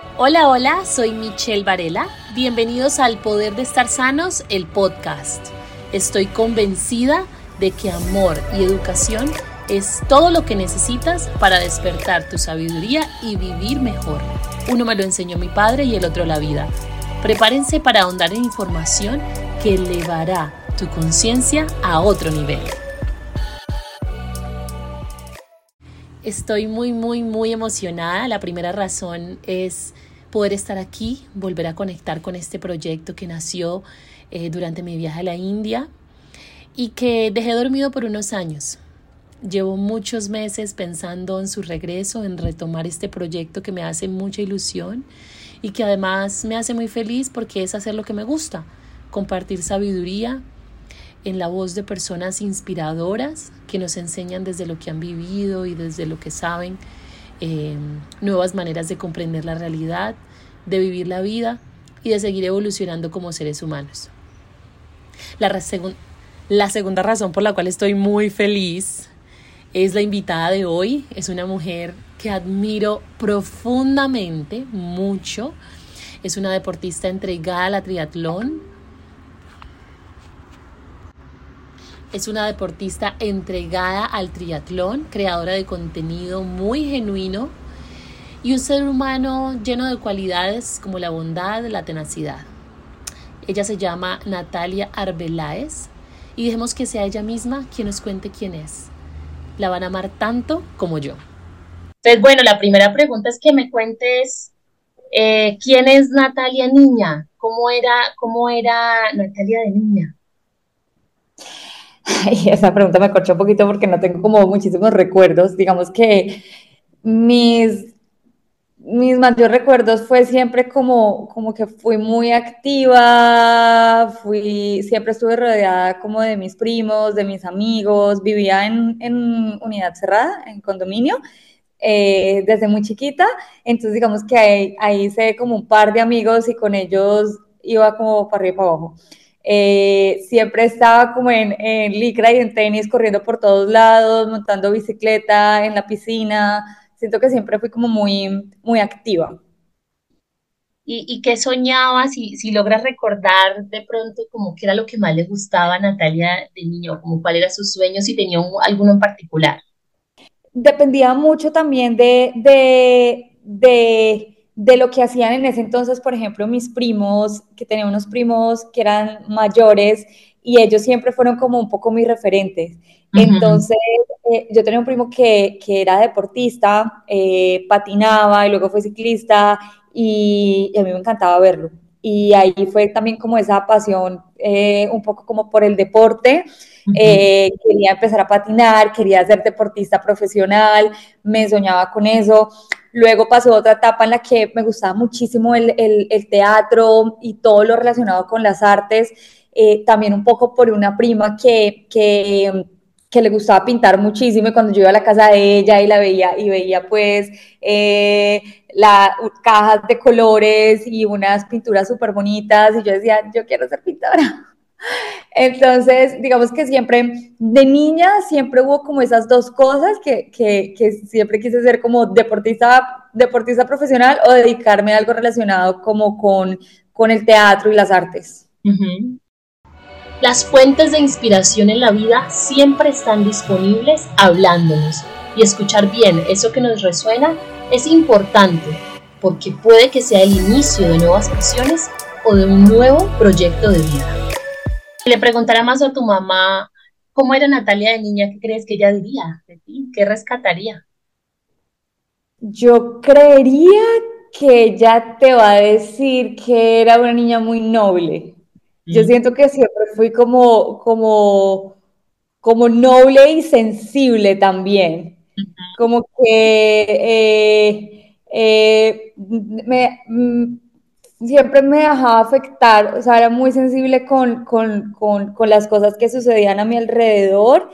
Hola, hola, soy Michelle Varela. Bienvenidos al Poder de Estar Sanos, el podcast. Estoy convencida de que amor y educación es todo lo que necesitas para despertar tu sabiduría y vivir mejor. Uno me lo enseñó mi padre y el otro la vida. Prepárense para ahondar en información que elevará tu conciencia a otro nivel. Estoy muy emocionada. La primera razón es poder estar aquí, volver a conectar con este proyecto que nació durante mi viaje a la India y que dejé dormido por unos años. Llevo muchos meses pensando en su regreso, en retomar este proyecto que me hace mucha ilusión y que además me hace muy feliz porque es hacer lo que me gusta, compartir sabiduría en la voz de personas inspiradoras que nos enseñan desde lo que han vivido y desde lo que saben nuevas maneras de comprender la realidad, de vivir la vida y de seguir evolucionando como seres humanos. La segunda razón por la cual estoy muy feliz es la invitada de hoy. Es una mujer que admiro profundamente, mucho. Es una deportista entregada a la triatlón. Es una deportista entregada al triatlón, creadora de contenido muy genuino y un ser humano lleno de cualidades como la bondad, la tenacidad. Ella se llama Natalia Arbeláez y dejemos que sea ella misma quien nos cuente quién es. La van a amar tanto como yo. Entonces, bueno, la primera pregunta es que me cuentes quién es Natalia niña, cómo era Natalia de niña. Ay, esa pregunta me corchó un poquito porque no tengo como muchísimos recuerdos. Digamos que mis mayores recuerdos fue siempre como que fui muy activa, siempre estuve rodeada como de mis primos, de mis amigos, vivía en unidad cerrada, en condominio, desde muy chiquita, entonces digamos que ahí hice como un par de amigos y con ellos iba como para arriba y para abajo. Siempre estaba como en licra y en tenis, corriendo por todos lados, montando bicicleta, en la piscina. Siento que siempre fui como muy activa. ¿Y qué soñaba? Si logras recordar de pronto como qué era lo que más le gustaba a Natalia de niño, como cuál era su sueño, si tenía alguno en particular. Dependía mucho también de lo que hacían en ese entonces, por ejemplo, mis primos, que tenía unos primos que eran mayores y ellos siempre fueron como un poco mis referentes. Ujú. Entonces, yo tenía un primo que era deportista, patinaba y luego fue ciclista y a mí me encantaba verlo. Y ahí fue también como esa pasión, un poco como por el deporte. Ujú. Quería empezar a patinar, quería ser deportista profesional, me soñaba con eso. Luego pasó otra etapa en la que me gustaba muchísimo el teatro y todo lo relacionado con las artes, también un poco por una prima que le gustaba pintar muchísimo y cuando yo iba a la casa de ella y la veía y veía pues las cajas de colores y unas pinturas súper bonitas y yo decía, yo quiero ser pintora. Entonces, digamos que siempre, de niña, siempre hubo como esas dos cosas que siempre quise ser como deportista profesional o dedicarme a algo relacionado como con el teatro y las artes. Ujú. Las fuentes de inspiración en la vida siempre están disponibles hablándonos y escuchar bien eso que nos resuena es importante porque puede que sea el inicio de nuevas pasiones o de un nuevo proyecto de vida. Si le preguntara más a tu mamá cómo era Natalia de niña, ¿qué crees que ella diría de ti? ¿Qué rescataría? Yo creería que ella te va a decir que era una niña muy noble. Yo Mm. siento que siempre fui como noble y sensible también. Como que siempre me dejaba afectar, o sea, era muy sensible con las cosas que sucedían a mi alrededor,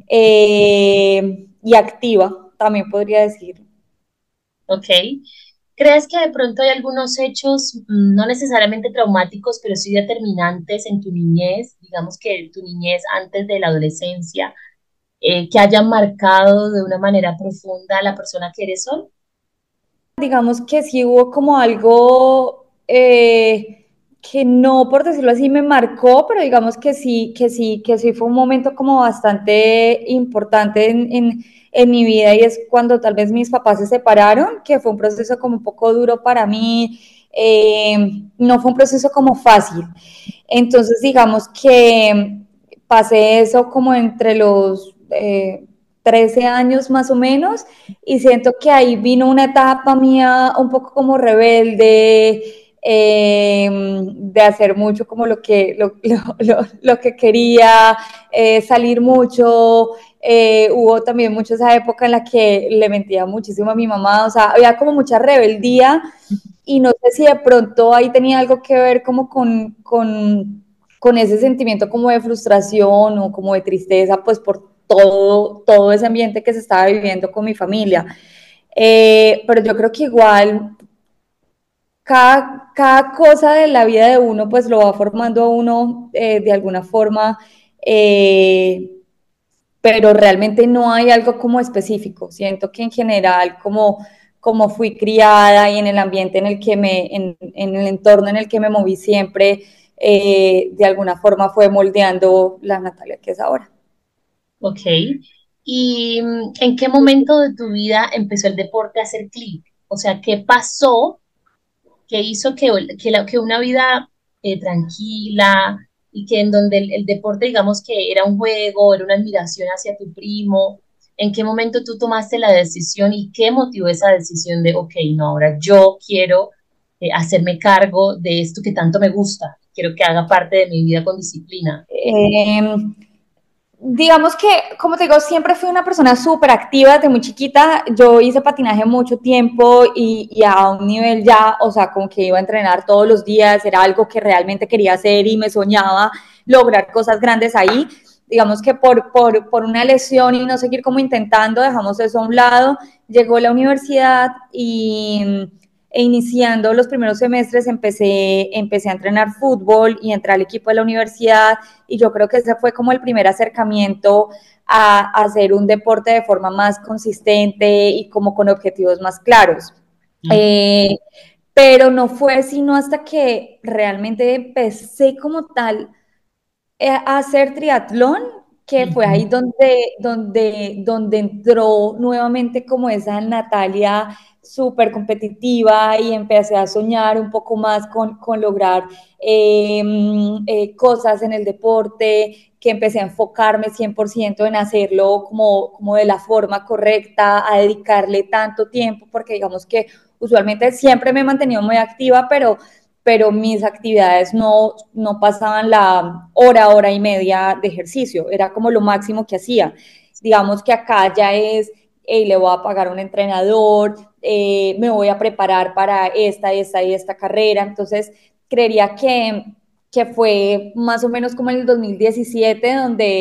y activa, también podría decir. ¿Ok? ¿Crees que de pronto hay algunos hechos, no necesariamente traumáticos, pero sí determinantes en tu niñez, digamos que tu niñez antes de la adolescencia, que hayan marcado de una manera profunda a la persona que eres hoy? digamos que sí hubo como algo que no, por decirlo así, me marcó, pero digamos que sí fue un momento como bastante importante en mi vida, y es cuando tal vez mis papás se separaron, que fue un proceso como un poco duro para mí, no fue un proceso como fácil. Entonces, digamos que pasé eso como entre los 13 años más o menos, y siento que ahí vino una etapa mía un poco como rebelde, de hacer mucho como lo que quería, salir mucho. Hubo también mucho esa época en la que le mentía muchísimo a mi mamá, o sea, había como mucha rebeldía, y no sé si de pronto ahí tenía algo que ver como con ese sentimiento como de frustración o como de tristeza, pues por todo ese ambiente que se estaba viviendo con mi familia. Pero yo creo que igual cada cosa de la vida de uno pues lo va formando a uno de alguna forma, pero realmente no hay algo como específico. Siento que en general como fui criada y en el ambiente en el entorno en el que me moví siempre, de alguna forma fue moldeando la Natalia que es ahora. Ok. ¿Y en qué momento de tu vida empezó el deporte a hacer clic? O sea, ¿qué pasó que hizo que una vida tranquila y que en donde el deporte, digamos que era un juego, era una admiración hacia tu primo? ¿En qué momento tú tomaste la decisión y qué motivó esa decisión de, ok, no, ahora yo quiero hacerme cargo de esto que tanto me gusta, quiero que haga parte de mi vida con disciplina? Eh, digamos que, como te digo, siempre fui una persona súper activa desde muy chiquita. Yo hice patinaje mucho tiempo y a un nivel ya, o sea, como que iba a entrenar todos los días, era algo que realmente quería hacer y me soñaba lograr cosas grandes ahí. Digamos que por una lesión y no seguir como intentando, dejamos eso a un lado. Llegó la universidad e iniciando los primeros semestres empecé a entrenar fútbol y entré al equipo de la universidad, y yo creo que ese fue como el primer acercamiento a hacer un deporte de forma más consistente y como con objetivos más claros. Eh, pero no fue sino hasta que realmente empecé como tal a hacer triatlón, que fue ahí Ujú. donde entró nuevamente como esa Natalia súper competitiva, y empecé a soñar un poco más con lograr cosas en el deporte, que empecé a enfocarme 100% en hacerlo como de la forma correcta, a dedicarle tanto tiempo, porque digamos que usualmente siempre me he mantenido muy activa, pero mis actividades no pasaban la hora y media de ejercicio, era como lo máximo que hacía. Digamos que acá ya es, hey, le voy a pagar a un entrenador, me voy a preparar para y esta carrera. Entonces, creería que fue más o menos como en el 2017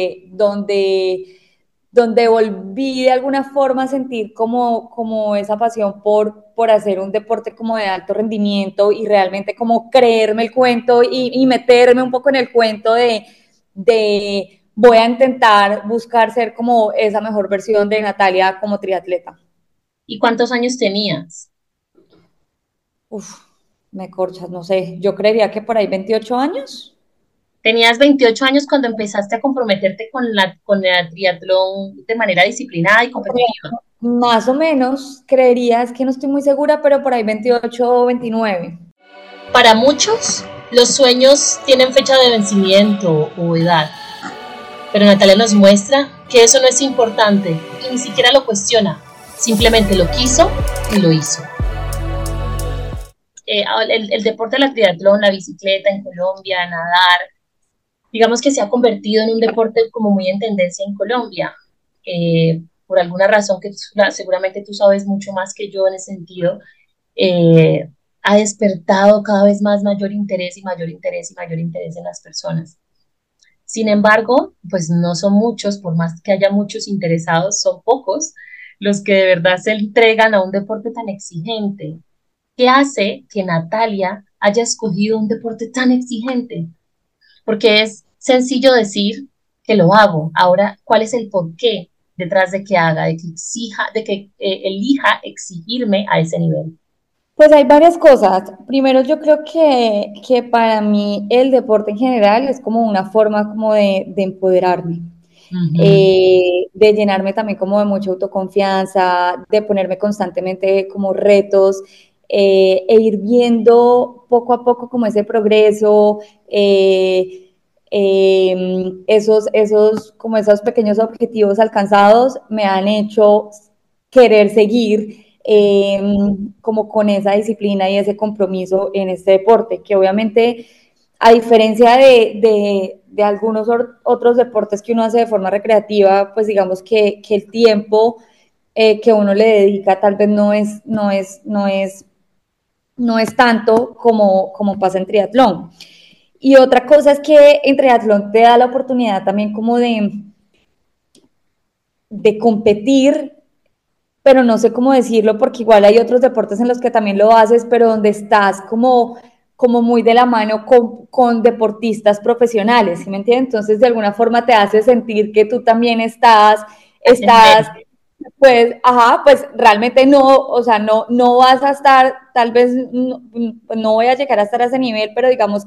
donde volví de alguna forma a sentir como esa pasión por hacer un deporte como de alto rendimiento, y realmente como creerme el cuento y meterme un poco en el cuento de voy a intentar buscar ser como esa mejor versión de Natalia como triatleta. ¿Y cuántos años tenías? Uf, me corchas, no sé, yo creería que por ahí 28 años. Tenías 28 años cuando empezaste a comprometerte con el triatlón de manera disciplinada y competitiva. Más o menos, creería, es que no estoy muy segura, pero por ahí 28 o 29. Para muchos, los sueños tienen fecha de vencimiento o edad, pero Natalia nos muestra que eso no es importante y ni siquiera lo cuestiona, simplemente lo quiso y lo hizo. El deporte de la triatlón, la bicicleta en Colombia, nadar, digamos que se ha convertido en un deporte como muy en tendencia en Colombia. Por alguna razón que seguramente tú sabes mucho más que yo en ese sentido, eh, ha despertado cada vez más mayor interés y mayor interés y mayor interés en las personas. Sin embargo, pues no son muchos, por más que haya muchos interesados, son pocos los que de verdad se entregan a un deporte tan exigente. ¿Qué hace que Natalia haya escogido un deporte tan exigente? Porque es sencillo decir que lo hago. Ahora, ¿cuál es el porqué detrás de que haga, de que exija, de que elija exigirme a ese nivel? Pues hay varias cosas. Primero, yo creo que para mí el deporte en general es como una forma como de empoderarme, Ujú. de llenarme también como de mucha autoconfianza, de ponerme constantemente como retos e ir viendo poco a poco como ese progreso, como esos pequeños objetivos alcanzados me han hecho querer seguir como con esa disciplina y ese compromiso en este deporte, que obviamente, a diferencia de algunos otros deportes que uno hace de forma recreativa, pues digamos que el tiempo que uno le dedica tal vez no es tanto como pasa en triatlón. Y otra cosa es que en triatlón te da la oportunidad también como de competir, pero no sé cómo decirlo porque igual hay otros deportes en los que también lo haces, pero donde estás como muy de la mano con deportistas profesionales, ¿sí me entiendes? Entonces de alguna forma te hace sentir que tú también Al estás, nivel. pues, ajá, pues realmente no, o sea, no vas a estar, tal vez no voy a llegar a estar a ese nivel, pero digamos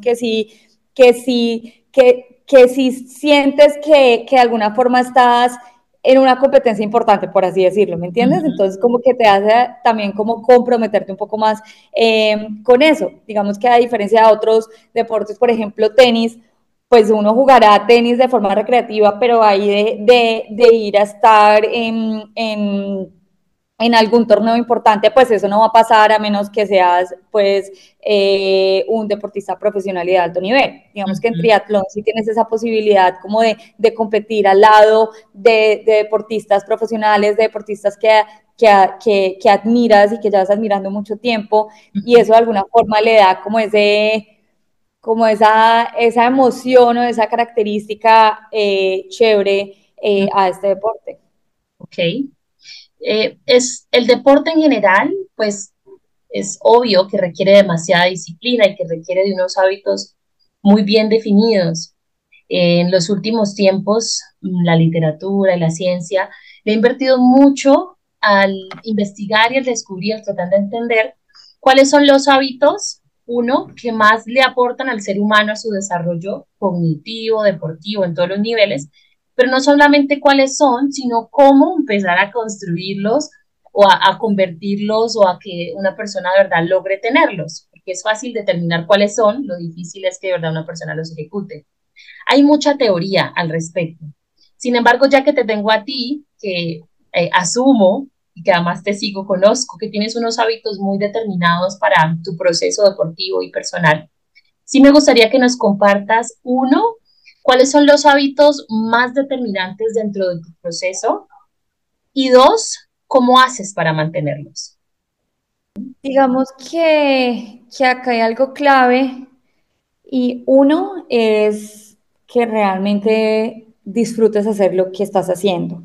que sí sientes que de alguna forma estás en una competencia importante, por así decirlo, ¿me entiendes? Ujú. Entonces, como que te hace también como comprometerte un poco más con eso. Digamos que a diferencia de otros deportes, por ejemplo, tenis, pues uno jugará tenis de forma recreativa, pero ahí de ir a estar en algún torneo importante, pues eso no va a pasar a menos que seas pues un deportista profesional y de alto nivel. Digamos que en Ujú. triatlón sí tienes esa posibilidad como de competir al lado de deportistas profesionales, de deportistas que admiras y que llevas admirando mucho tiempo, y Ujú. eso de alguna forma le da como esa emoción o esa característica chévere a este deporte. Ok. Es el deporte en general, pues es obvio que requiere demasiada disciplina y que requiere de unos hábitos muy bien definidos. En los últimos tiempos, la literatura y la ciencia le ha invertido mucho al investigar y al descubrir, al tratar de entender cuáles son los hábitos, uno, que más le aportan al ser humano a su desarrollo cognitivo, deportivo, en todos los niveles, pero no solamente cuáles son, sino cómo empezar a construirlos o a convertirlos o a que una persona de verdad logre tenerlos, porque es fácil determinar cuáles son, lo difícil es que de verdad una persona los ejecute. Hay mucha teoría al respecto. Sin embargo, ya que te tengo a ti, que asumo y que además te sigo, conozco que tienes unos hábitos muy determinados para tu proceso deportivo y personal, sí me gustaría que nos compartas, uno, cuáles son los hábitos más determinantes dentro de tu proceso y dos, cómo haces para mantenerlos. Digamos que acá hay algo clave y uno es que realmente disfrutes hacer lo que estás haciendo.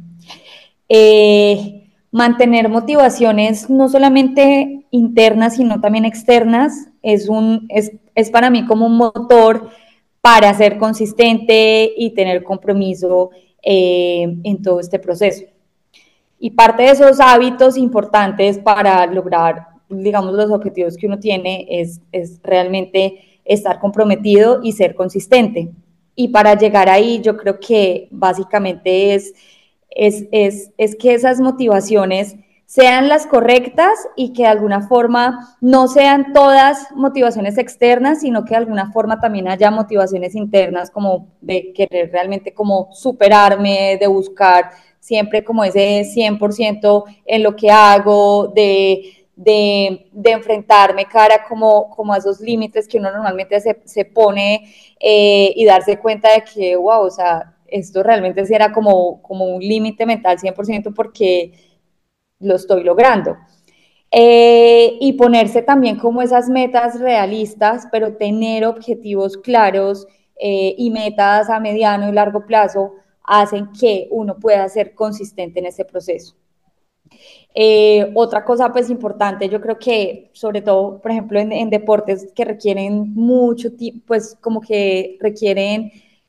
Mantener motivaciones no solamente internas, sino también externas, es para mí como un motor para ser consistente y tener compromiso en todo este proceso. Y parte de esos hábitos importantes para lograr, digamos, los objetivos que uno tiene es realmente estar comprometido y ser consistente. Y para llegar ahí, yo creo que básicamente es que esas motivaciones sean las correctas y que de alguna forma no sean todas motivaciones externas, sino que de alguna forma también haya motivaciones internas como de querer realmente como superarme, de buscar siempre como ese 100% en lo que hago, de enfrentarme cara como a esos límites que uno normalmente se pone y darse cuenta de que, wow, o sea, esto realmente sí era como un límite mental 100% porque lo estoy logrando. Y ponerse también como esas metas realistas, pero tener objetivos claros y metas a mediano y largo plazo hacen que uno pueda ser consistente en ese proceso. Otra cosa pues importante, yo creo que sobre todo, por ejemplo, en deportes que requieren mucho tiempo, pues como que requieren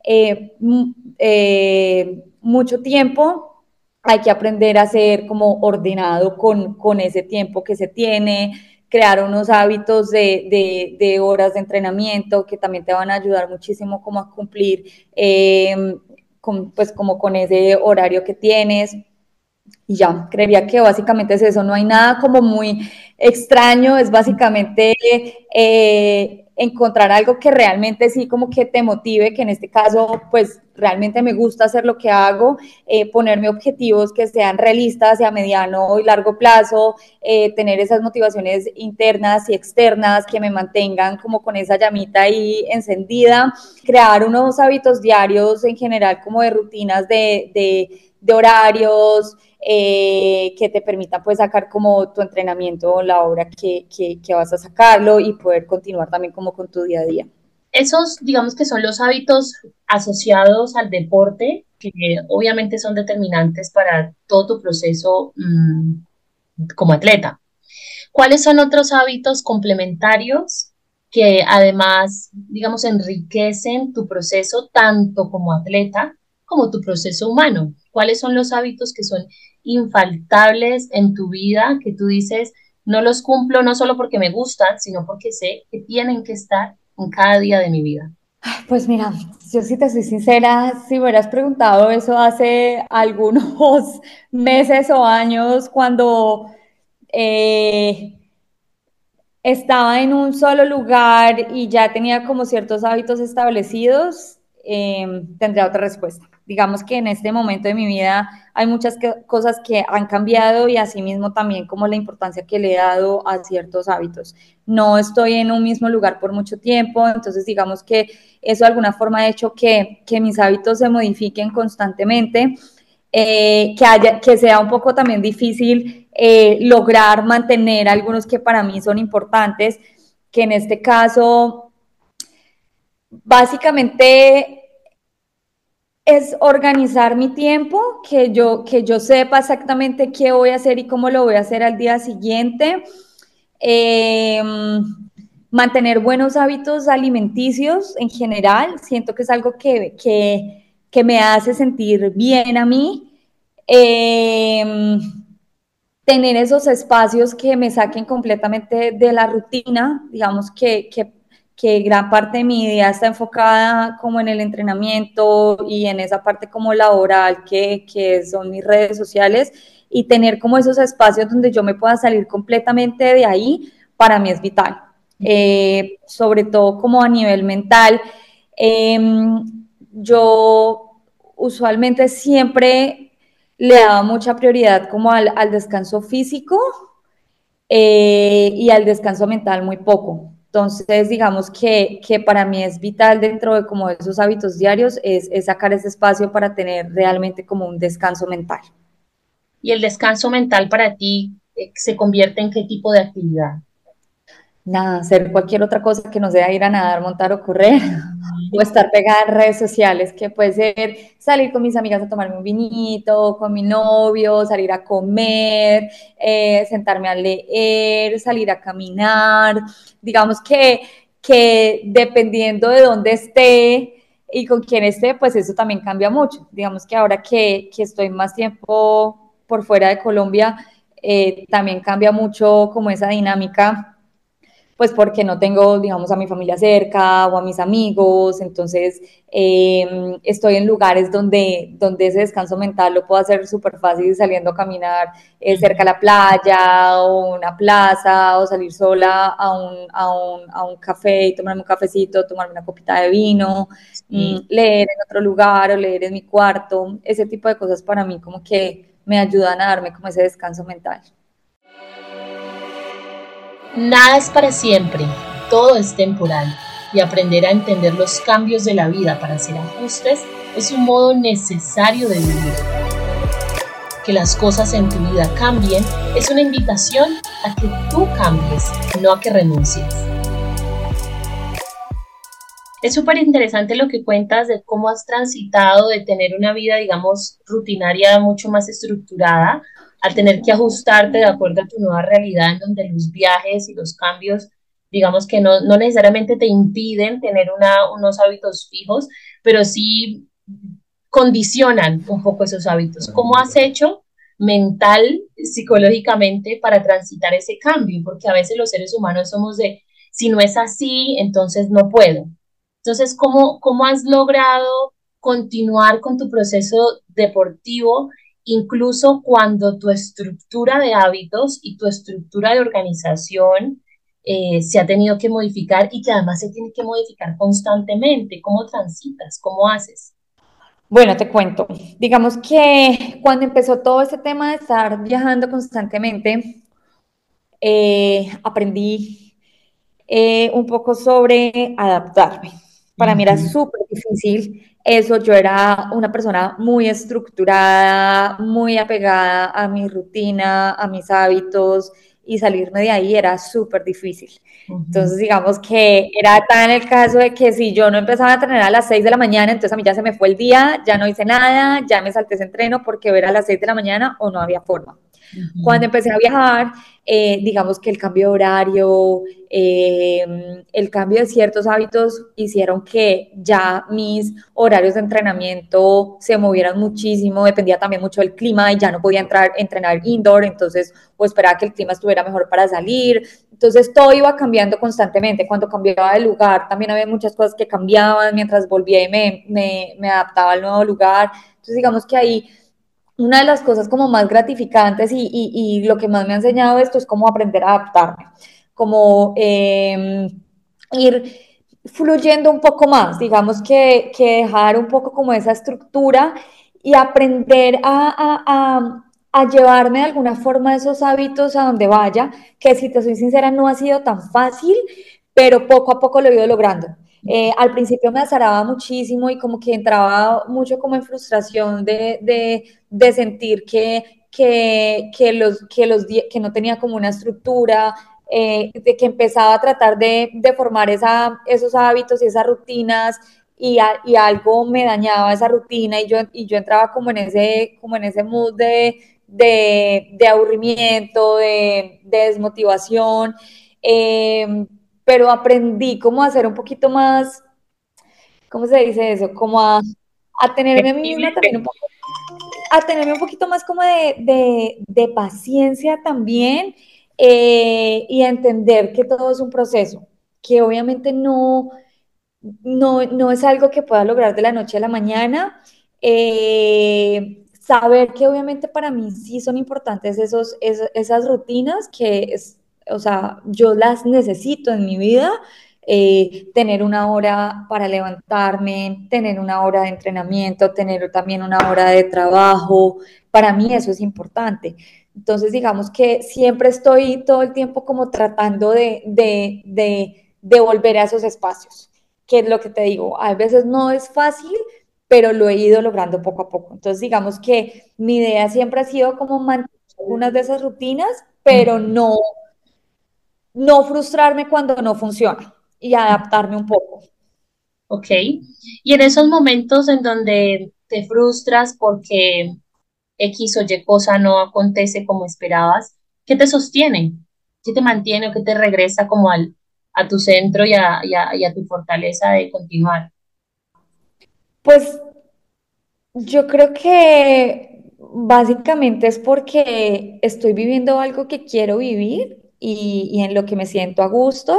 mucho tiempo, hay que aprender a ser como ordenado con ese tiempo que se tiene, crear unos hábitos de horas de entrenamiento que también te van a ayudar muchísimo como a cumplir pues como con ese horario que tienes. Y ya, creería que básicamente es eso, no hay nada como muy extraño, es básicamente encontrar algo que realmente sí como que te motive, que en este caso pues realmente me gusta hacer lo que hago, ponerme objetivos que sean realistas y a mediano y largo plazo, tener esas motivaciones internas y externas que me mantengan como con esa llamita ahí encendida, crear unos hábitos diarios en general como de rutinas de horarios, que te permitan pues sacar como tu entrenamiento, la hora que vas a sacarlo y poder continuar también como con tu día a día. Esos, digamos que son los hábitos asociados al deporte, que obviamente son determinantes para todo tu proceso como atleta. ¿Cuáles son otros hábitos complementarios que además, digamos, enriquecen tu proceso tanto como atleta como tu proceso humano? ¿Cuáles son los hábitos que son infaltables en tu vida que tú dices, no los cumplo no solo porque me gustan, sino porque sé que tienen que estar en cada día de mi vida? Pues mira, yo si te soy sincera, si me hubieras preguntado eso hace algunos meses o años cuando eh, estaba en un solo lugar y ya tenía como ciertos hábitos establecidos, tendría otra respuesta. Digamos que en este momento de mi vida hay muchas cosas que han cambiado y asimismo también como la importancia que le he dado a ciertos hábitos. No estoy en un mismo lugar por mucho tiempo, entonces digamos que eso de alguna forma ha hecho que mis hábitos se modifiquen constantemente, que sea un poco también difícil lograr mantener algunos que para mí son importantes, que en este caso básicamente es organizar mi tiempo, que yo sepa exactamente qué voy a hacer y cómo lo voy a hacer al día siguiente. Eh, Mantener buenos hábitos alimenticios en general, siento que es algo que me hace sentir bien a mí. Eh, Tener esos espacios que me saquen completamente de la rutina, digamos que gran parte de mi día está enfocada como en el entrenamiento y en esa parte como laboral que son mis redes sociales, y tener como esos espacios donde yo me pueda salir completamente de ahí, para mí es vital, sobre todo como a nivel mental. Eh, yo usualmente siempre le daba mucha prioridad como al descanso físico, y al descanso mental muy poco. Entonces, digamos que para mí es vital dentro de como esos hábitos diarios es sacar ese espacio para tener realmente como un descanso mental. ¿Y el descanso mental para ti se convierte en qué tipo de actividad? Nada, hacer cualquier otra cosa que no sea ir a nadar, montar o correr, o estar pegada en redes sociales, que puede ser salir con mis amigas a tomarme un vinito, con mi novio, salir a comer, sentarme a leer, salir a caminar. Digamos que dependiendo de dónde esté y con quién esté, pues eso también cambia mucho. Digamos que ahora que estoy más tiempo por fuera de Colombia, también cambia mucho como esa dinámica, pues porque no tengo, digamos, a mi familia cerca o a mis amigos, entonces estoy en lugares donde ese descanso mental lo puedo hacer súper fácil saliendo a caminar cerca a la playa o una plaza, o salir sola a un café y tomarme un cafecito, tomarme una copita de vino, Sí. leer en otro lugar o leer en mi cuarto. Ese tipo de cosas para mí como que me ayudan a darme como ese descanso mental. Nada es para siempre, todo es temporal y aprender a entender los cambios de la vida para hacer ajustes es un modo necesario de vivir. Que las cosas en tu vida cambien es una invitación a que tú cambies, no a que renuncies. Es súper interesante lo que cuentas de cómo has transitado de tener una vida, digamos, rutinaria mucho más estructurada, al tener que ajustarte de acuerdo a tu nueva realidad, en donde los viajes y los cambios, digamos que no necesariamente te impiden tener unos hábitos fijos, pero sí condicionan un poco esos hábitos. ¿Cómo has hecho mental, psicológicamente, para transitar ese cambio, porque a veces los seres humanos somos de, si no es así, entonces no puedo. Entonces, ¿cómo has logrado continuar con tu proceso deportivo, incluso cuando tu estructura de hábitos y tu estructura de organización se ha tenido que modificar y que además se tiene que modificar constantemente? ¿Cómo transitas? ¿Cómo haces? Bueno, te cuento. Digamos que cuando empezó todo ese tema de estar viajando constantemente, aprendí un poco sobre adaptarme. Para mí era Ujú, súper difícil eso. Yo era una persona muy estructurada, muy apegada a mi rutina, a mis hábitos, y salirme de ahí era súper difícil. ujú, Entonces, digamos que era tan el caso de que si yo no empezaba a entrenar a las 6 de la mañana, entonces a mí ya se me fue el día, ya no hice nada, ya me salté ese entreno porque era a las 6 de la mañana o no había forma. Cuando ujú. empecé a viajar, digamos que el cambio de horario, el cambio de ciertos hábitos hicieron que ya mis horarios de entrenamiento se movieran muchísimo, dependía también mucho del clima y ya no podía entrenar indoor, entonces o esperaba que el clima estuviera mejor para salir, entonces todo iba cambiando constantemente. Cuando cambiaba de lugar también había muchas cosas que cambiaban mientras volvía y me adaptaba al nuevo lugar, entonces digamos que ahí una de las cosas como más gratificantes y lo que más me ha enseñado esto es cómo aprender a adaptarme, como ir fluyendo un poco más, digamos que dejar un poco como esa estructura y aprender a llevarme de alguna forma esos hábitos a donde vaya, que si te soy sincera no ha sido tan fácil, pero poco a poco lo he ido logrando. Al principio me azaraba muchísimo y como que entraba mucho como en frustración de sentir que no tenía como una estructura, de que empezaba a tratar de formar esos hábitos y esas rutinas y algo me dañaba esa rutina y yo entraba como en ese mood de aburrimiento, de desmotivación. Pero aprendí como a hacer un poquito más, ¿cómo se dice eso? Como a tenerme a mí misma también un poco, a tenerme un poquito más como de paciencia también, y a entender que todo es un proceso, que obviamente no es algo que pueda lograr de la noche a la mañana. Saber que obviamente para mí sí son importantes esas rutinas o sea, yo las necesito en mi vida. Tener una hora para levantarme, tener una hora de entrenamiento, tener también una hora de trabajo, para mí eso es importante. Entonces, digamos que siempre estoy todo el tiempo como tratando de volver a esos espacios, que es lo que te digo, a veces no es fácil, pero lo he ido logrando poco a poco. Entonces, digamos que mi idea siempre ha sido como mantener algunas de esas rutinas, pero no frustrarme cuando no funciona y adaptarme un poco. Ok. Y en esos momentos en donde te frustras porque X o Y cosa no acontece como esperabas, ¿qué te sostiene? ¿Qué te mantiene o qué te regresa como a tu centro y a tu fortaleza de continuar? Pues yo creo que básicamente es porque estoy viviendo algo que quiero vivir y en lo que me siento a gusto.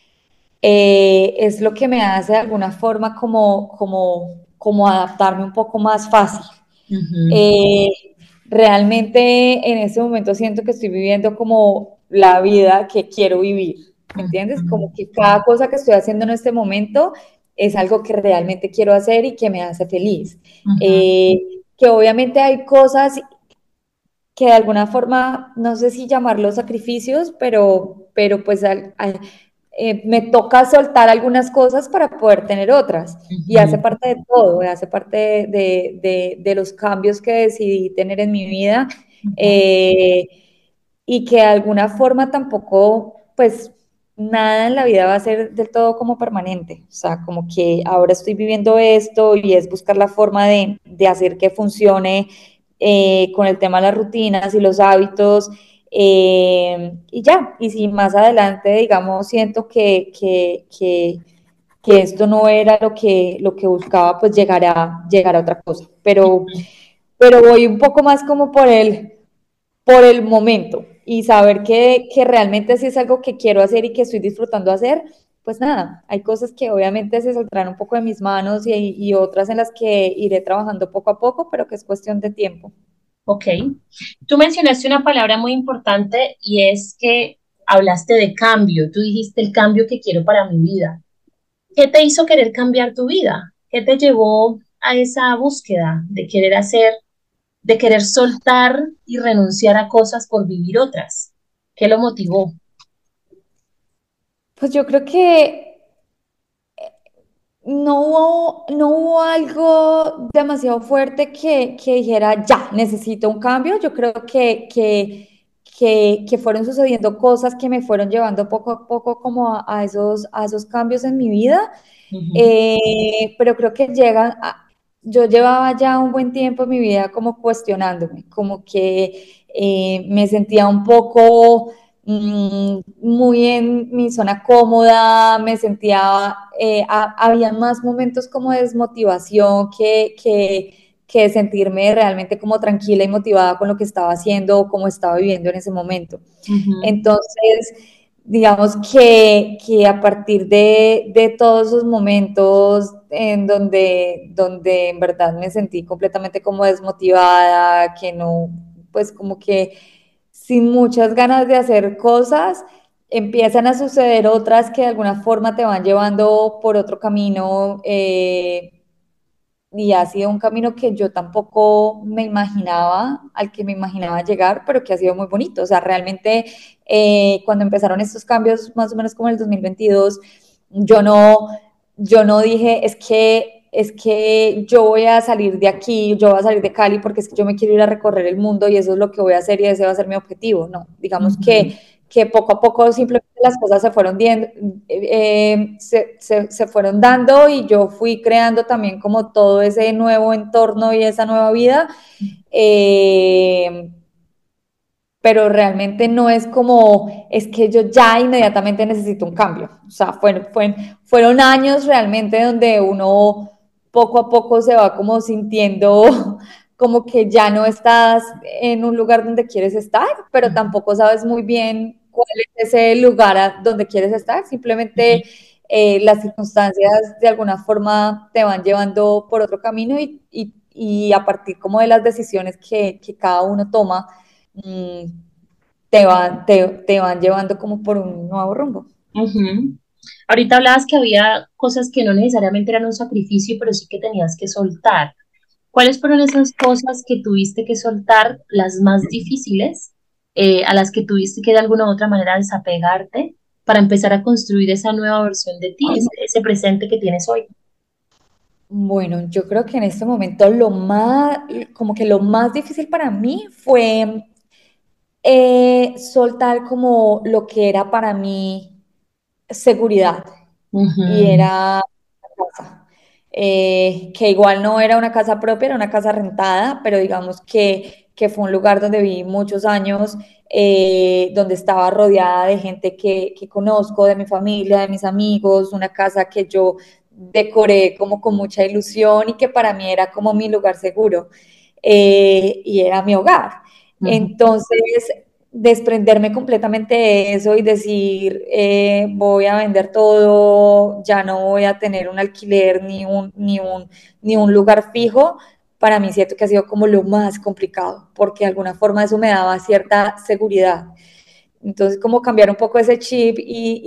Es lo que me hace de alguna forma como adaptarme un poco más fácil. Ujú, Eh, Realmente en este momento siento que estoy viviendo como la vida que quiero vivir, ¿me entiendes? ujú, Como que cada cosa que estoy haciendo en este momento es algo que realmente quiero hacer y que me hace feliz. ujú. Eh, que obviamente hay cosas que de alguna forma, no sé si llamarlos sacrificios, pero pues me toca soltar algunas cosas para poder tener otras. Y hace Ujú, parte de todo, hace parte de los cambios que decidí tener en mi vida, ujú, eh, y que de alguna forma tampoco, pues nada en la vida va a ser del todo como permanente. O sea, como que ahora estoy viviendo esto y es buscar la forma de hacer que funcione, con el tema de las rutinas y los hábitos, y ya, y si más adelante, digamos, siento que esto no era lo que buscaba, pues llegar a otra cosa. Pero voy un poco más como por el momento y saber que realmente sí es algo que quiero hacer y que estoy disfrutando hacer, pues nada, hay cosas que obviamente se saldrán un poco de mis manos y otras en las que iré trabajando poco a poco, pero que es cuestión de tiempo. Ok. Tú mencionaste una palabra muy importante y es que hablaste de cambio. Tú dijiste el cambio que quiero para mi vida. ¿Qué te hizo querer cambiar tu vida? ¿Qué te llevó a esa búsqueda de querer hacer, de querer soltar y renunciar a cosas por vivir otras? ¿Qué lo motivó? Pues yo creo que no hubo algo demasiado fuerte que dijera, ya, necesito un cambio. Yo creo que fueron sucediendo cosas que me fueron llevando poco a poco como a esos cambios en mi vida. Ujú, Pero creo que yo llevaba ya un buen tiempo en mi vida como cuestionándome, como que me sentía un poco muy en mi zona cómoda, me sentía, había más momentos como de desmotivación que sentirme realmente como tranquila y motivada con lo que estaba haciendo o cómo estaba viviendo en ese momento. ujú, Entonces, digamos que a partir de todos esos momentos en donde en verdad me sentí completamente como desmotivada, que no, pues como que sin muchas ganas de hacer cosas, empiezan a suceder otras que de alguna forma te van llevando por otro camino. Y ha sido un camino que yo tampoco me imaginaba, al que me imaginaba llegar, pero que ha sido muy bonito. O sea, realmente cuando empezaron estos cambios, más o menos como en el 2022, yo no, yo no dije, es que yo voy a salir de aquí, yo voy a salir de Cali porque es que yo me quiero ir a recorrer el mundo y eso es lo que voy a hacer y ese va a ser mi objetivo. No, digamos ujú, que poco a poco simplemente las cosas se fueron dando y yo fui creando también como todo ese nuevo entorno y esa nueva vida. Eh, pero realmente no es como, es que yo ya inmediatamente necesito un cambio. O sea, fueron años realmente donde uno poco a poco se va como sintiendo como que ya no estás en un lugar donde quieres estar, pero tampoco sabes muy bien cuál es ese lugar donde quieres estar. ujú, Simplemente las circunstancias de alguna forma te van llevando por otro camino y a partir como de las decisiones que cada uno toma, mm, te van llevando como por un nuevo rumbo. ujú. Ahorita hablabas que había cosas que no necesariamente eran un sacrificio, pero sí que tenías que soltar. ¿Cuáles fueron esas cosas que tuviste que soltar, las más difíciles, a las que tuviste que de alguna u otra manera desapegarte para empezar a construir esa nueva versión de ti, ese presente que tienes hoy? Bueno, yo creo que en este momento como que lo más difícil para mí fue soltar como lo que era para mí seguridad y Ujú, era una casa. Que igual no era una casa propia, era una casa rentada, pero digamos que fue un lugar donde viví muchos años, donde estaba rodeada de gente que conozco, de mi familia, de mis amigos, una casa que yo decoré como con mucha ilusión y que para mí era como mi lugar seguro, y era mi hogar. ujú, Entonces, desprenderme completamente de eso y decir, voy a vender todo, ya no voy a tener un alquiler ni un lugar fijo, para mí siento que ha sido como lo más complicado, porque de alguna forma eso me daba cierta seguridad. Entonces, como cambiar un poco ese chip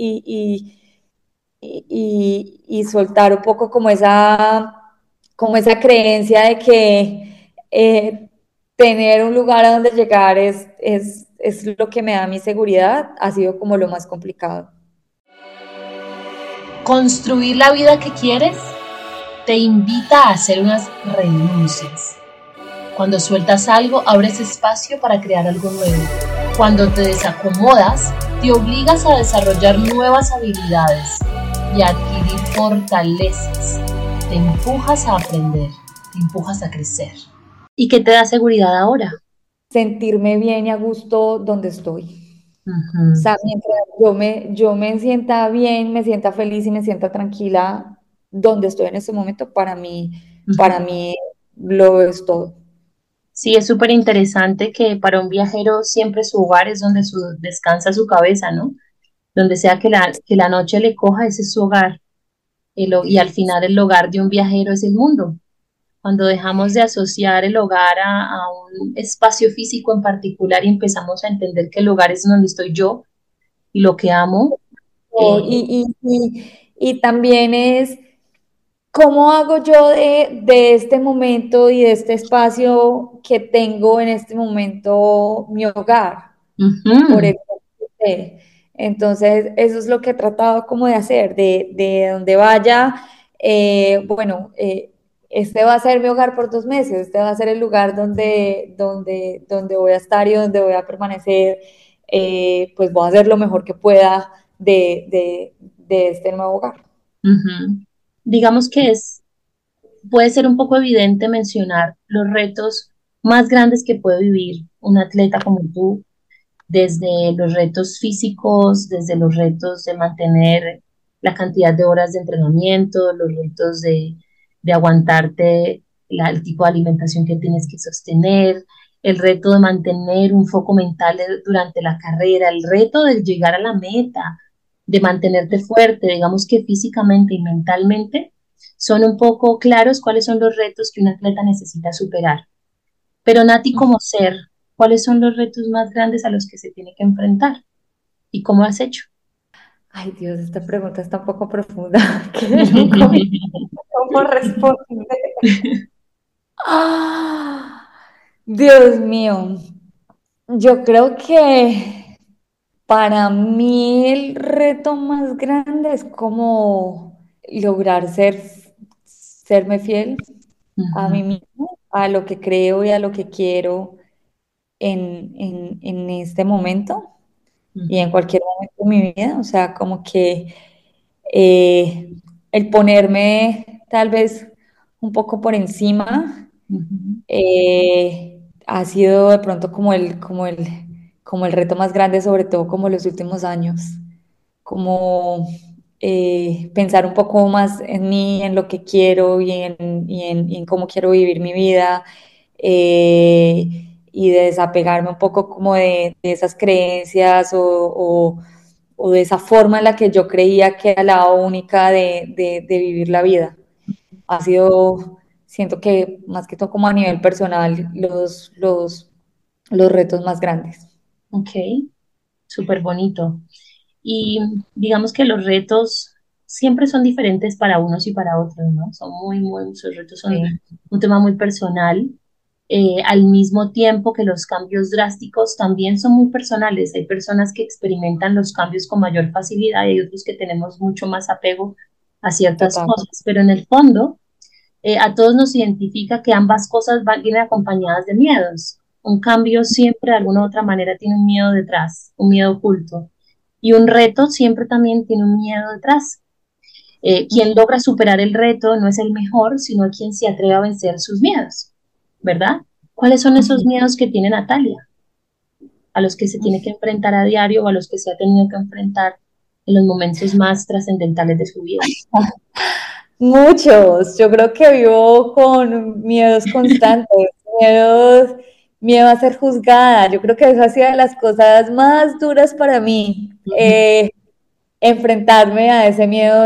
y soltar un poco como esa creencia de que tener un lugar a donde llegar es lo que me da mi seguridad, ha sido como lo más complicado. Construir la vida que quieres te invita a hacer unas renuncias. Cuando sueltas algo, abres espacio para crear algo nuevo. Cuando te desacomodas, te obligas a desarrollar nuevas habilidades y a adquirir fortalezas. Te empujas a aprender, te empujas a crecer. ¿Y qué te da seguridad ahora? Sentirme bien y a gusto donde estoy. O Ujú, sea, mientras yo me sienta bien, me sienta feliz y me sienta tranquila donde estoy en este momento, para mí ujú. lo es todo. Sí, es súper interesante que para un viajero siempre su hogar es donde descansa su cabeza, ¿no? Donde sea que la noche le coja, ese es su hogar. Y al final el hogar de un viajero es el mundo. Cuando dejamos de asociar el hogar a un espacio físico en particular y empezamos a entender que el hogar es donde estoy yo y lo que amo, Oh, y también es cómo hago yo de este momento y de este espacio que tengo en este momento mi hogar, por ujú, el entonces, eso es lo que he tratado como de hacer, de donde vaya, bueno, este va a ser mi hogar por 2 meses, este va a ser el lugar donde voy a estar y donde voy a permanecer, pues voy a hacer lo mejor que pueda de este nuevo hogar. ujú. Digamos que puede ser un poco evidente mencionar los retos más grandes que puede vivir un atleta como tú, desde los retos físicos, desde los retos de mantener la cantidad de horas de entrenamiento, los retos de aguantarte el tipo de alimentación que tienes que sostener, el reto de mantener un foco mental durante la carrera, el reto de llegar a la meta, de mantenerte fuerte, digamos que físicamente y mentalmente, son un poco claros cuáles son los retos que un atleta necesita superar. Pero Nati, como ser, ¿cuáles son los retos más grandes a los que se tiene que enfrentar? ¿Y cómo has hecho? Ay, Dios, esta pregunta está un poco profunda, que nunca me cómo responder. Ah, Dios mío, yo creo que para mí el reto más grande es como lograr serme fiel a mí Ujú, mismo, a lo que creo y a lo que quiero en este momento y en ujú, cualquier momento de mi vida. O sea, como que eh, el ponerme tal vez un poco por encima ujú, ha sido de pronto como el reto más grande, sobre todo como los últimos años, como pensar un poco más en mí, en lo que quiero y en cómo quiero vivir mi vida, y de desapegarme un poco como de esas creencias o de esa forma en la que yo creía que era la única de vivir la vida. Ha sido, siento que más que todo como a nivel personal, los retos más grandes. Ok, súper bonito. Y digamos que los retos siempre son diferentes para unos y para otros, ¿no? Son sus retos son Sí, un tema muy personal. Al mismo tiempo que los cambios drásticos también son muy personales. Hay personas que experimentan los cambios con mayor facilidad y hay otros que tenemos mucho más apego a ciertas total. cosas, pero en el fondo a todos nos identifica que ambas cosas vienen acompañadas de miedos. Un cambio siempre de alguna u otra manera tiene un miedo detrás, un miedo oculto. Y un reto siempre también tiene un miedo detrás. Quien logra superar el reto no es el mejor, sino quien se atreve a vencer sus miedos, ¿verdad? ¿Cuáles son esos Ujú. miedos que tiene Natalia? A los que se tiene que enfrentar a diario o a los que se ha tenido que enfrentar en los momentos más trascendentales de su vida. Muchos, yo creo que vivo con miedos constantes, miedos, miedo a ser juzgada. Yo creo que eso ha sido de las cosas más duras para mí, Ujú, enfrentarme a ese miedo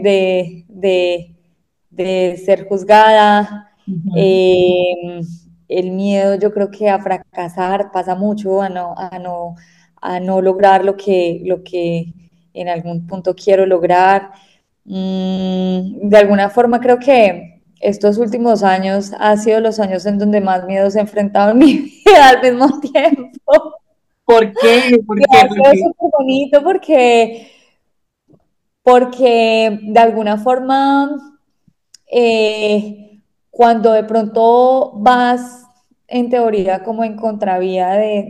de ser juzgada, ujú, eh, el miedo yo creo que a fracasar pasa mucho, a no lograr lo que en algún punto quiero lograr. De alguna forma creo que estos últimos años han sido los años en donde más miedos he enfrentado en mi vida al mismo tiempo. ¿por qué? Y ¿Por qué? ha ¿Por sido qué? súper bonito porque de alguna forma, cuando de pronto vas en teoría como en contravía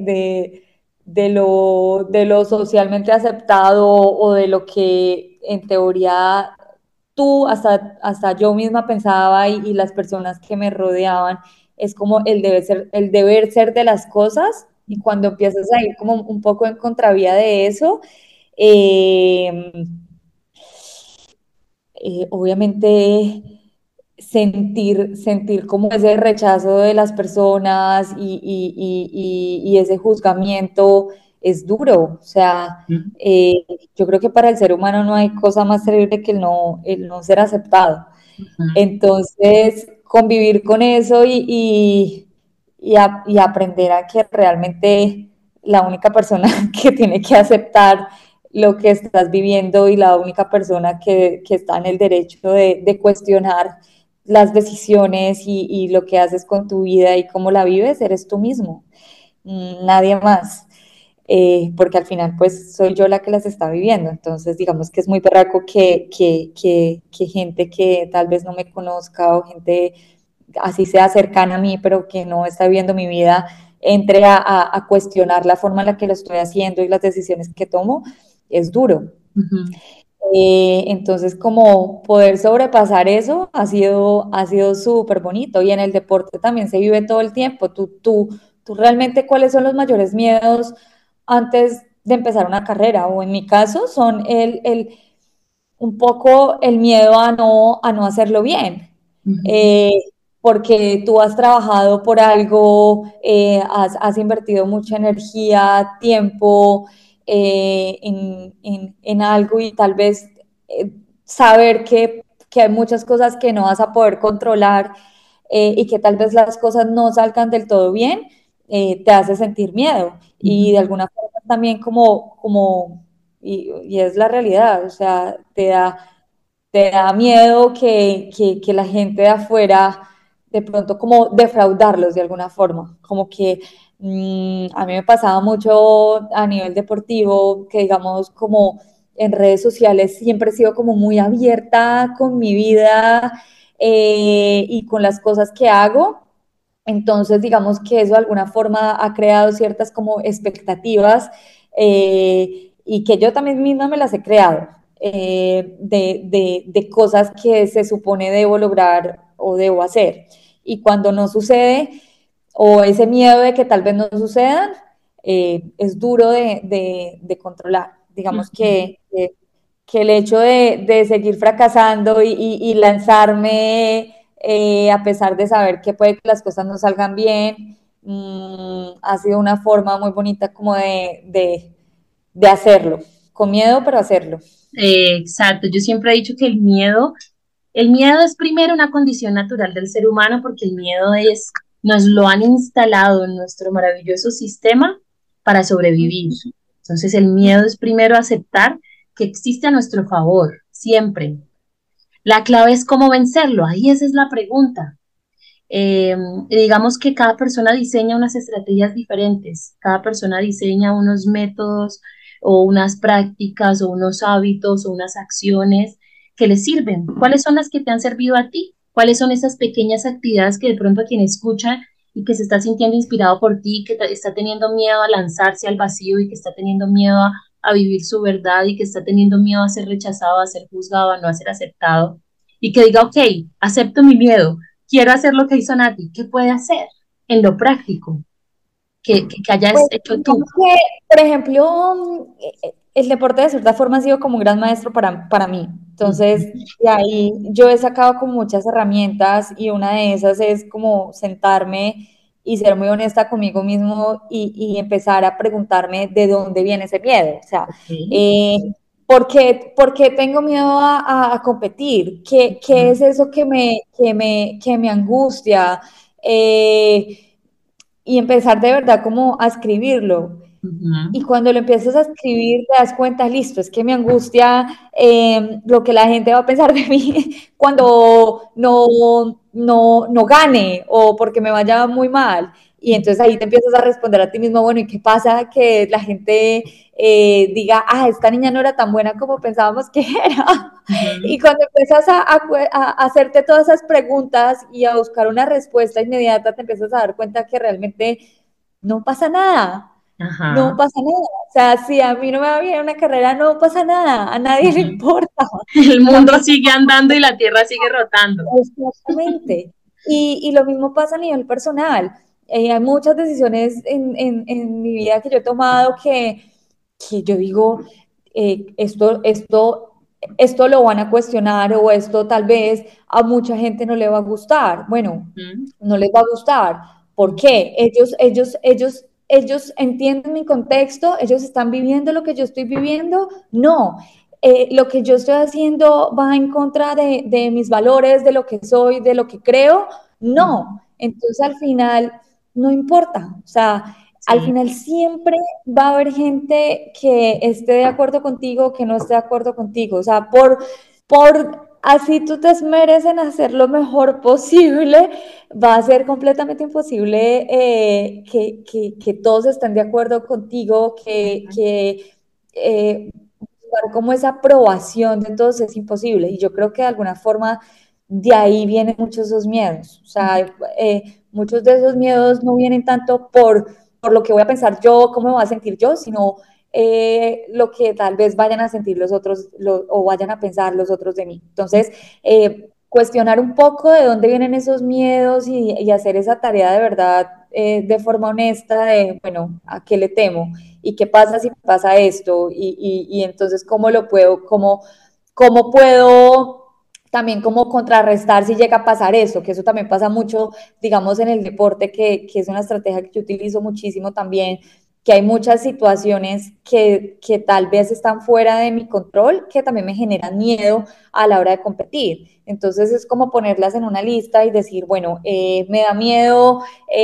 de lo socialmente aceptado o de lo que en teoría tú, hasta yo misma pensaba y las personas que me rodeaban, es como el deber ser de las cosas, y cuando empiezas a ir como un poco en contravía de eso, eh, obviamente sentir como ese rechazo de las personas y ese juzgamiento es duro. O sea, eh, yo creo que para el ser humano no hay cosa más terrible que el no ser aceptado. Entonces, convivir con eso y aprender a que realmente la única persona que tiene que aceptar lo que estás viviendo y la única persona que está en el derecho de cuestionar las decisiones y lo que haces con tu vida y cómo la vives, eres tú mismo, nadie más. Porque al final pues soy yo la que las está viviendo, entonces digamos que es muy berraco que gente que tal vez no me conozca o gente así sea cercana a mí, pero que no está viviendo mi vida, entre a cuestionar la forma en la que lo estoy haciendo y las decisiones que tomo, es duro. Ujú, Entonces, como poder sobrepasar eso ha sido súper bonito. Y en el deporte también se vive todo el tiempo. Tú realmente, ¿cuáles son los mayores miedos antes de empezar una carrera? O en mi caso, son un poco el miedo a no hacerlo bien. ujú, Eh, Porque tú has trabajado por algo, has invertido mucha energía, tiempo en algo y tal vez saber que hay muchas cosas que no vas a poder controlar y que tal vez las cosas no salgan del todo bien, te hace sentir miedo y de ujú. alguna forma también y es la realidad, o sea, te da miedo que la gente de afuera de pronto como defraudarlos de alguna forma, como que a mí me pasaba mucho a nivel deportivo, que digamos como en redes sociales siempre he sido como muy abierta con mi vida y con las cosas que hago. Entonces, digamos que eso de alguna forma ha creado ciertas como expectativas y que yo también misma me las he creado de cosas que se supone debo lograr o debo hacer. Y cuando no sucede, o ese miedo de que tal vez no sucedan, es duro de controlar. Digamos que el hecho de seguir fracasando y lanzarme a pesar de saber que puede que las cosas no salgan bien, ha sido una forma muy bonita como de hacerlo, con miedo, pero hacerlo. Exacto, yo siempre he dicho que el miedo es primero una condición natural del ser humano porque el miedo es, nos lo han instalado en nuestro maravilloso sistema para sobrevivir. Entonces el miedo es primero aceptar que existe a nuestro favor, siempre. La clave es cómo vencerlo, ahí esa es la pregunta. Digamos que cada persona diseña unas estrategias diferentes, cada persona diseña unos métodos o unas prácticas o unos hábitos o unas acciones que le sirven. ¿Cuáles son las que te han servido a ti? ¿Cuáles son esas pequeñas actividades que de pronto a quien escucha y que se está sintiendo inspirado por ti, que está teniendo miedo a lanzarse al vacío y que está teniendo miedo a vivir su verdad y que está teniendo miedo a ser rechazado, a ser juzgado, a no ser aceptado? Y que diga, ok, acepto mi miedo, quiero hacer lo que hizo Nati, ¿qué puede hacer en lo práctico que Pues hayas hecho tú? digamos que, por ejemplo, el deporte de cierta forma ha sido como un gran maestro para mí. Entonces, Ujú, de ahí yo he sacado como muchas herramientas y una de esas es como sentarme y ser muy honesta conmigo mismo y empezar a preguntarme de dónde viene ese miedo. O sea, ok, eh, por qué tengo miedo a competir? ¿Qué es ujú, eso que me angustia? Y empezar de verdad como a escribirlo. Y ujú, cuando lo empiezas a escribir, te das cuenta, listo, es que me angustia lo que la gente va a pensar de mí cuando no gane o porque me vaya muy mal. Y entonces ahí te empiezas a responder a ti mismo, bueno, ¿y qué pasa? Que la gente diga, ah, esta niña no era tan buena como pensábamos que era. Y ujú, cuando empiezas a hacerte todas esas preguntas y a buscar una respuesta inmediata, te empiezas a dar cuenta que realmente no pasa nada, no ajá, pasa nada. O sea, si a mí no me va bien una carrera, no pasa nada, a nadie le ujú. importa. El Lo mundo mismo sigue andando y la tierra sigue rotando. exactamente. Y lo mismo pasa a nivel personal. Hay muchas decisiones en mi vida que yo he tomado que yo digo, esto esto lo van a cuestionar o esto tal vez a mucha gente no le va a gustar. Bueno, no les va a gustar. ¿Por qué? Ellos entienden mi contexto, ellos están viviendo lo que yo estoy viviendo. No, lo que yo estoy haciendo va en contra de mis valores, de lo que soy, de lo que creo. No, entonces al final no importa. O sea, al Sí. final siempre va a haber gente que esté de acuerdo contigo, que no esté de acuerdo contigo. O sea, por así tú te esmeres en hacer lo mejor posible, va a ser completamente imposible que todos estén de acuerdo contigo, buscar como esa aprobación de todos es imposible. Y yo creo que de alguna forma de ahí vienen muchos de esos miedos. O sea, muchos de esos miedos no vienen tanto por lo que voy a pensar yo, cómo me voy a sentir yo, sino lo que tal vez vayan a sentir los otros o vayan a pensar los otros de mí. Entonces, cuestionar un poco de dónde vienen esos miedos y hacer esa tarea de verdad de forma honesta de, bueno, ¿a qué le temo? ¿Y qué pasa si pasa esto? Y entonces, ¿cómo lo puedo, cómo puedo también como contrarrestar si llega a pasar eso? Que eso también pasa mucho, digamos, en el deporte, que es una estrategia que yo utilizo muchísimo también, que hay muchas situaciones que tal vez están fuera de mi control, que también me generan miedo a la hora de competir. Entonces es como ponerlas en una lista y decir, bueno, me da miedo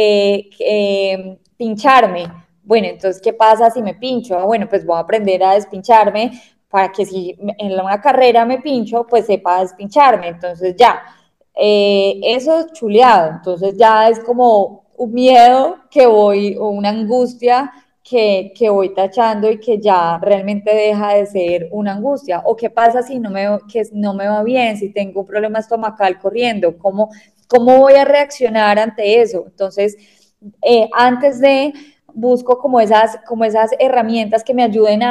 pincharme. Bueno, entonces, ¿qué pasa si me pincho? Ah, bueno, pues voy a aprender a despincharme para que si en una carrera me pincho, pues sepa despincharme. Entonces ya, eso es chuleado. Entonces ya es como un miedo que voy, o una angustia que voy tachando y que ya realmente deja de ser una angustia. ¿O qué pasa si que no me va bien, si tengo un problema estomacal corriendo? ¿Cómo voy a reaccionar ante eso? Entonces, antes de busco como esas herramientas que me ayuden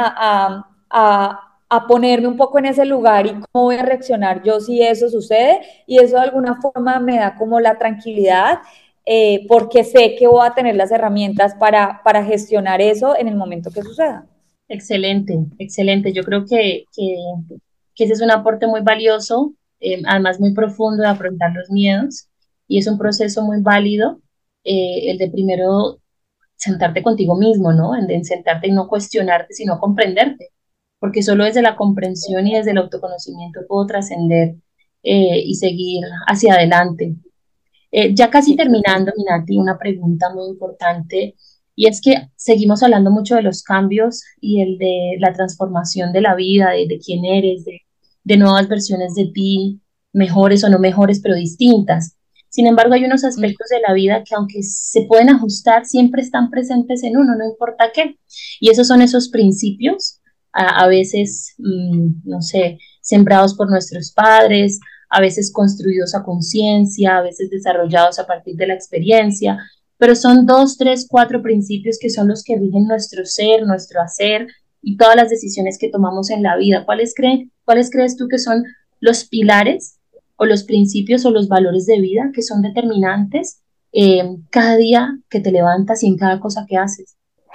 a ponerme un poco en ese lugar y cómo voy a reaccionar yo si eso sucede, y eso de alguna forma me da como la tranquilidad, porque sé que voy a tener las herramientas para gestionar eso en el momento que suceda. Excelente, excelente. Yo creo que ese es un aporte muy valioso, además muy profundo de afrontar los miedos y es un proceso muy válido, el de primero sentarte contigo mismo, ¿no? En sentarte y no cuestionarte, sino comprenderte, porque solo desde la comprensión y desde el autoconocimiento puedo trascender y seguir hacia adelante. Ya casi Sí, terminando, Minati, una pregunta muy importante, y es que seguimos hablando mucho de los cambios y el de la transformación de la vida, de quién eres, de nuevas versiones de ti, mejores o no mejores, pero distintas. Sin embargo, hay unos aspectos de la vida que aunque se pueden ajustar, siempre están presentes en uno, no importa qué. Y esos son esos principios, a veces, no sé, sembrados por nuestros padres, a veces construidos a conciencia, a veces desarrollados a partir de la experiencia, pero son dos, tres, cuatro principios que son los que rigen nuestro ser, nuestro hacer y todas las decisiones que tomamos en la vida. ¿Cuáles crees tú que son los pilares o los principios o los valores de vida que son determinantes cada día que te levantas y en cada cosa que haces?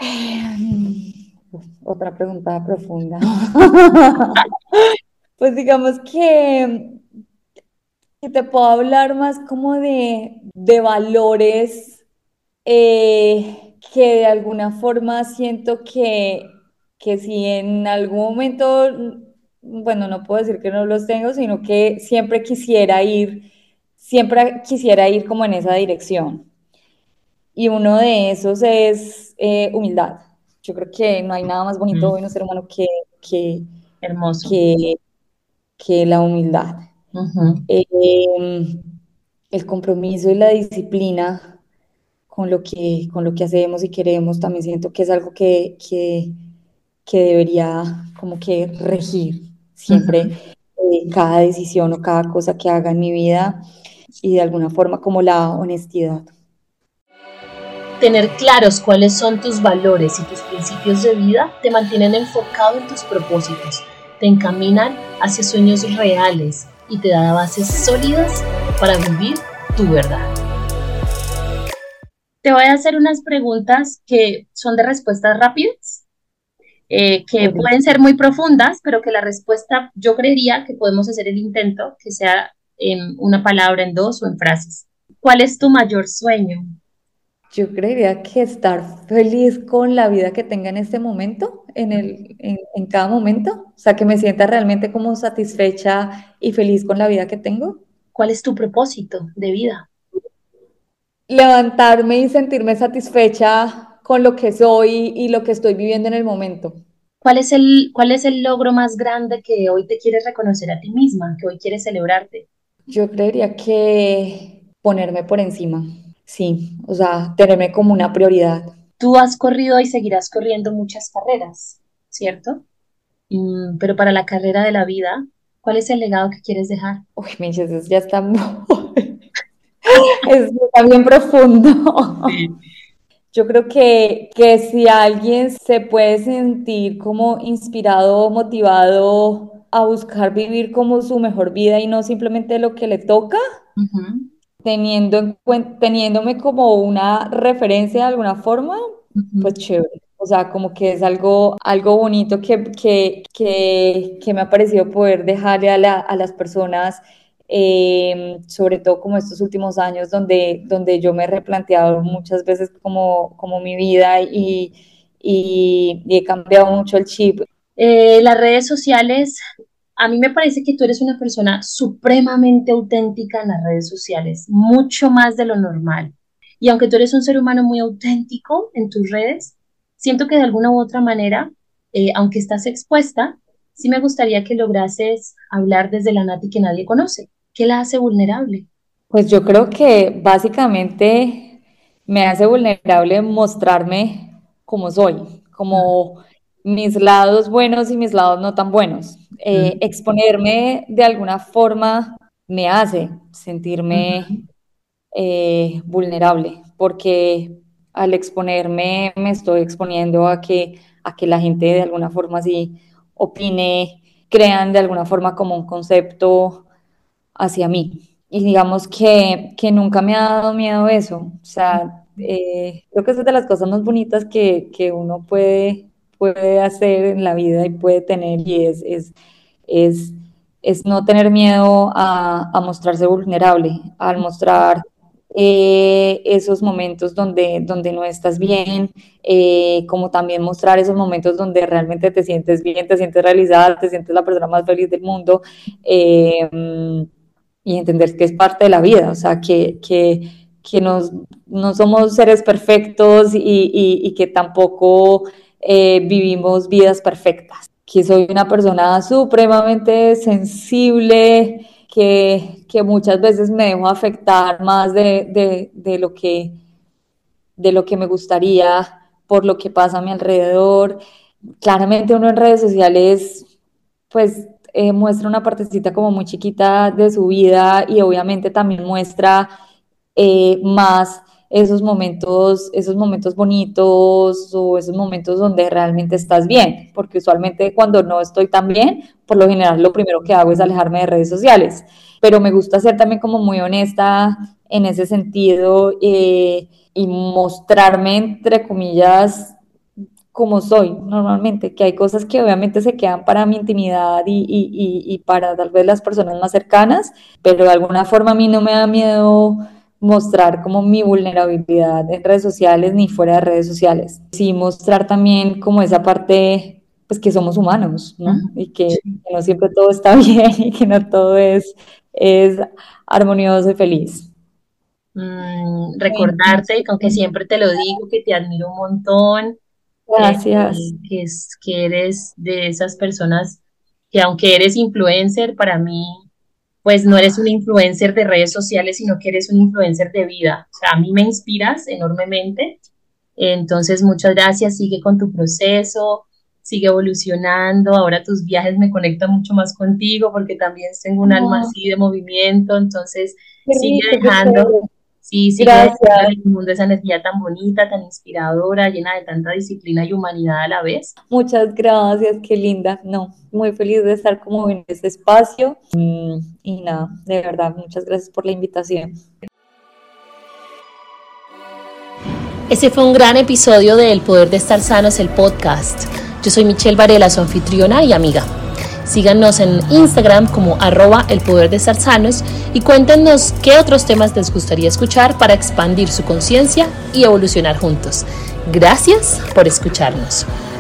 otra pregunta profunda. Pues digamos que te puedo hablar más como de valores, que de alguna forma siento que si en algún momento, bueno, no puedo decir que no los tengo, sino que siempre quisiera ir como en esa dirección. Y uno de esos es humildad. Yo creo que no hay nada más bonito en un ser humano que, Hermoso. que, que la humildad. Ujú. Eh, el compromiso y la disciplina con lo que hacemos y queremos, también siento que es algo que debería como que regir siempre Ujú. cada decisión o cada cosa que haga en mi vida, y de alguna forma como la honestidad. Tener claros cuáles son tus valores y tus principios de vida te mantienen enfocado en tus propósitos, te encaminan hacia sueños reales y te da bases sólidas para vivir tu verdad. Te voy a hacer unas preguntas que son de respuestas rápidas. que pueden ser muy profundas, pero que la respuesta yo creería que podemos hacer el intento que sea en una palabra, en dos o en frases. ¿Cuál es tu mayor sueño? Yo creería que estar feliz con la vida que tenga en este momento, en cada momento, o sea, que me sienta realmente como satisfecha y feliz con la vida que tengo. ¿Cuál es tu propósito de vida? Levantarme y sentirme satisfecha con lo que soy y lo que estoy viviendo en el momento. Cuál es el logro más grande que hoy te quieres reconocer a ti misma, que hoy quieres celebrarte? Yo creería que ponerme por encima, sí, o sea, tenerme como una prioridad. Tú has corrido y seguirás corriendo muchas carreras, ¿cierto? Pero para la carrera de la vida, ¿cuál es el legado que quieres dejar? Uy, Miches, eso ya está, está bien profundo. Sí. Yo creo que si alguien se puede sentir como inspirado o motivado a buscar vivir como su mejor vida y no simplemente lo que le toca, Ujú, teniéndome como una referencia de alguna forma, pues ujú. chévere. O sea, como que es algo bonito que me ha parecido poder dejarle a las personas, sobre todo como estos últimos años donde yo me he replanteado muchas veces como mi vida y he cambiado mucho el chip. Las redes sociales, a mí me parece que tú eres una persona supremamente auténtica en las redes sociales, mucho más de lo normal. Y aunque tú eres un ser humano muy auténtico en tus redes, siento que de alguna u otra manera, aunque estás expuesta, sí me gustaría que lograses hablar desde la Nati que nadie conoce. ¿Qué la hace vulnerable? Pues yo creo que básicamente me hace vulnerable mostrarme como soy, como mis lados buenos y mis lados no tan buenos. Ujú, Exponerme de alguna forma me hace sentirme ujú. vulnerable, porque al exponerme me estoy exponiendo a que la gente de alguna forma sí opine, crean de alguna forma como un concepto hacia mí. Y digamos que nunca me ha dado miedo eso. O sea, creo que esa es de las cosas más bonitas que uno puede hacer en la vida y puede tener, y es, es no tener miedo a mostrarse vulnerable, al mostrar esos momentos donde no estás bien, como también mostrar esos momentos donde realmente te sientes bien, te sientes realizada, te sientes la persona más feliz del mundo. Y entender que es parte de la vida, o sea, que no somos seres perfectos y que tampoco vivimos vidas perfectas, que soy una persona supremamente sensible, que muchas veces me dejo afectar más de lo que me gustaría por lo que pasa a mi alrededor. Claramente uno en redes sociales, pues muestra una partecita como muy chiquita de su vida y obviamente también muestra más esos momentos bonitos o esos momentos donde realmente estás bien, porque usualmente cuando no estoy tan bien, por lo general lo primero que hago es alejarme de redes sociales, pero me gusta ser también como muy honesta en ese sentido, y mostrarme entre comillas como soy normalmente, que hay cosas que obviamente se quedan para mi intimidad y para tal vez las personas más cercanas, pero de alguna forma a mí no me da miedo mostrar como mi vulnerabilidad en redes sociales ni fuera de redes sociales. Sí, mostrar también como esa parte, pues que somos humanos, ¿no? Ujú. Y que Sí. no siempre todo está bien y que no todo es armonioso y feliz. Recordarte, y aunque siempre te lo digo, que te admiro un montón, Gracias. que eres de esas personas que aunque eres influencer, para mí, pues no eres un influencer de redes sociales, sino que eres un influencer de vida. O sea, a mí me inspiras enormemente. Entonces, muchas gracias, sigue con tu proceso, sigue evolucionando. Ahora tus viajes me conectan mucho más contigo porque también tengo un alma Oh, así de movimiento. Entonces, qué sigue rico, qué dejando, chévere. sí, sigue dejando en Gracias. el mundo esa energía tan bonita, tan inspiradora, llena de tanta disciplina y humanidad a la vez. Muchas gracias, qué linda. No, muy feliz de estar como en este espacio. Y nada, de verdad, muchas gracias por la invitación. Ese fue un gran episodio de El Poder de Estar Sanos, el podcast. Yo soy Michelle Varela, su anfitriona y amiga. Síganos en Instagram como @elpoderdeestarsanos y cuéntenos qué otros temas les gustaría escuchar para expandir su conciencia y evolucionar juntos. Gracias por escucharnos.